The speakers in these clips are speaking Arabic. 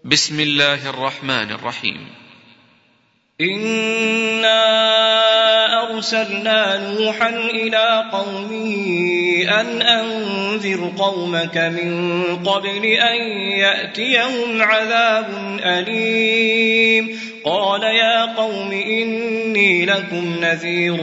بسم الله الرحمن الرحيم. إنا أرسلنا نوحا إلى قومه أن أنذر قومك من قبل أن يأتيهم عذاب أليم. قال يا قوم إني لكم نذير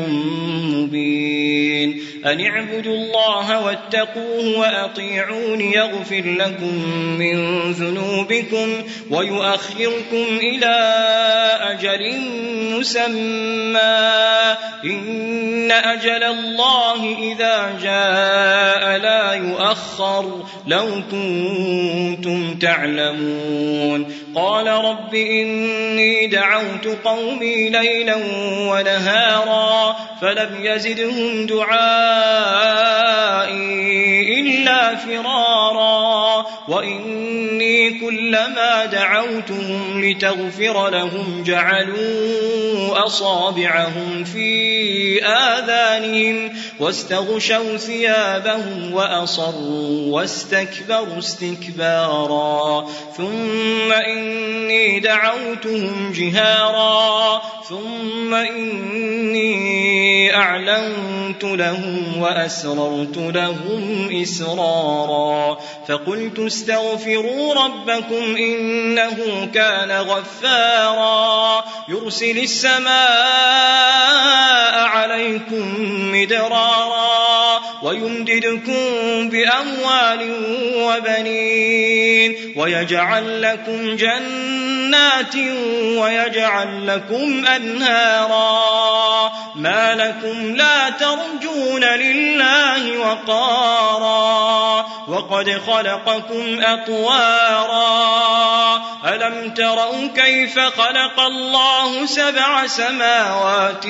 مبين أن اعبدوا الله واتقوه وأطيعون يغفر لكم من ذنوبكم ويؤخركم إلى أجل مسمى إن أجل الله إذا جاء لا يؤخر لو كنتم تعلمون. قال رب إني دعوت قومي ليلا ونهارا فلم يزدهم دعائي إلا فرارا وإني كلما دعوتهم لتغفر لهم جعلوا أصابعهم في آذانهم واستغشوا ثيابهم وأصروا واستكبروا استكبارا ثم إني دعوتهم جهارا ثم إني أعلنت لهم وأسررت لهم إسرارا فقلت استغفروا ربكم إنه كان غفارا يرسل السماء عليكم مدرارا ويمددكم بأموال وبنين ويجعل لكم جنات ويجعل لكم أنهارا ما لكم لا ترجون لله وقارا وقد خلقكم أطوارا ألم تروا كيف خلق الله 7 سماوات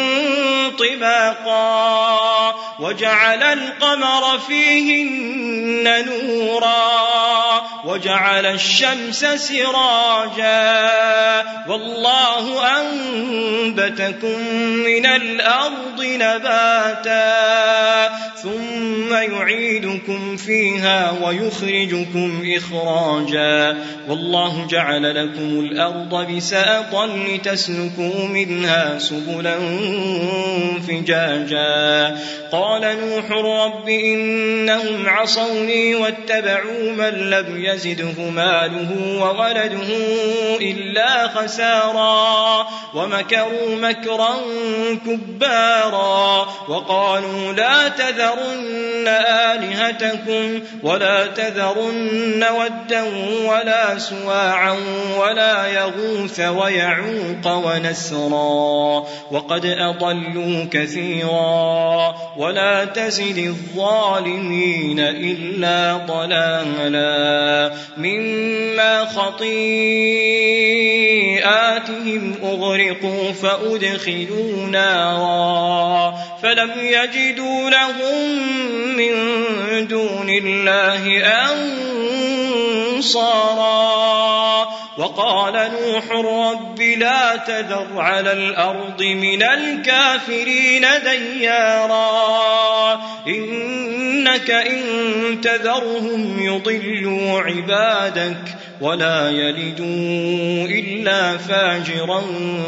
طباقا وجعل القمر فيهن نورا وجعل الشمس سراجا والله أنبتكم من الأرض نباتا ثم يعيدكم فيها ويخرجكم إخراجا والله جعل لكم الأرض بساطا لتسلكوا منها سبلا فجاجا. قال نوح رب إنهم عصوني واتبعوا من لم يزده ماله وولده إلا خسارا ومكروا مكرا كبارا وقالوا لا تذرن آلهتكم ولا تذرن ودا ولا سواعا ولا يغوث ويعوق ونسرا وقد أضلوا كثيرا ولا تزد الظالمين إلا ضلالا مما خطيئاتهم أغرقوا فأدخلوا نارا فلم يجدوا لهم من دون الله أنصارا. وقال نوح رب لا تذر على الأرض من الكافرين ديارا إنك إن تذرهم يضلوا عبادك ولا يلدوا إلا فاجرا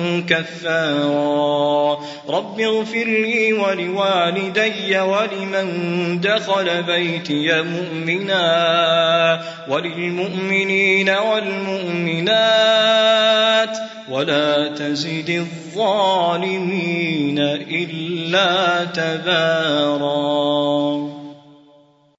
كفارا. رب اغفر لي ولوالدي ولمن دخل بيتي مؤمنا وللمؤمنين والمؤمنات ولا تزد الظالمين إلا تبارا.